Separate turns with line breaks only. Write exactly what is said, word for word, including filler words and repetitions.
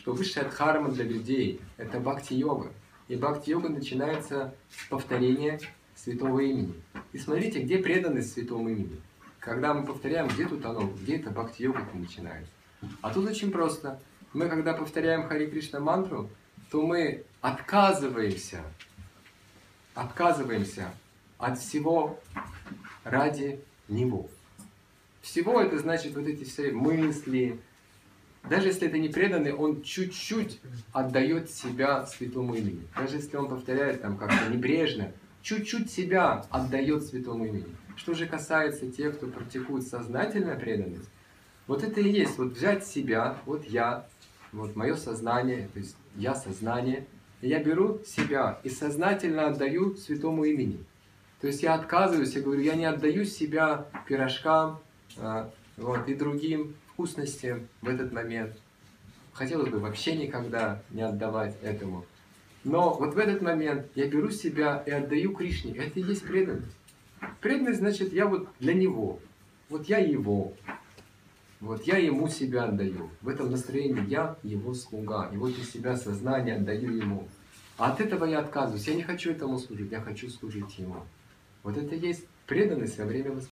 что высшая дхарма для людей – это бхакти-йога. И бхакти-йога начинается с повторения святого имени. И смотрите, где преданность святому имени. Когда мы повторяем, где тут оно, где это бхакти-йога начинается. А тут очень просто. Мы, когда повторяем Хари Кришна мантру, то мы отказываемся, отказываемся от всего ради Него. Всего это значит вот эти все мысли. Даже если это не преданный, он чуть-чуть отдает себя святому имени. Даже если он повторяет там как-то небрежно, чуть-чуть себя отдает святому имени. Что же касается тех, кто практикует сознательную преданность, вот это и есть, вот взять себя, вот я, вот мое сознание, то есть я сознание, и я беру себя и сознательно отдаю святому имени. То есть я отказываюсь, я говорю, я не отдаю себя пирожкам вот, и другим вкусностям в этот момент. Хотелось бы вообще никогда не отдавать этому. Но вот в этот момент я беру себя и отдаю Кришне. Это и есть преданность. Преданность значит, я вот для Него. Вот я Его. Вот я Ему себя отдаю. В этом настроении я Его слуга. И вот я себя, сознание отдаю Ему. А от этого я отказываюсь. Я не хочу этому служить, я хочу служить Ему. Вот это и есть преданность во время воспитания.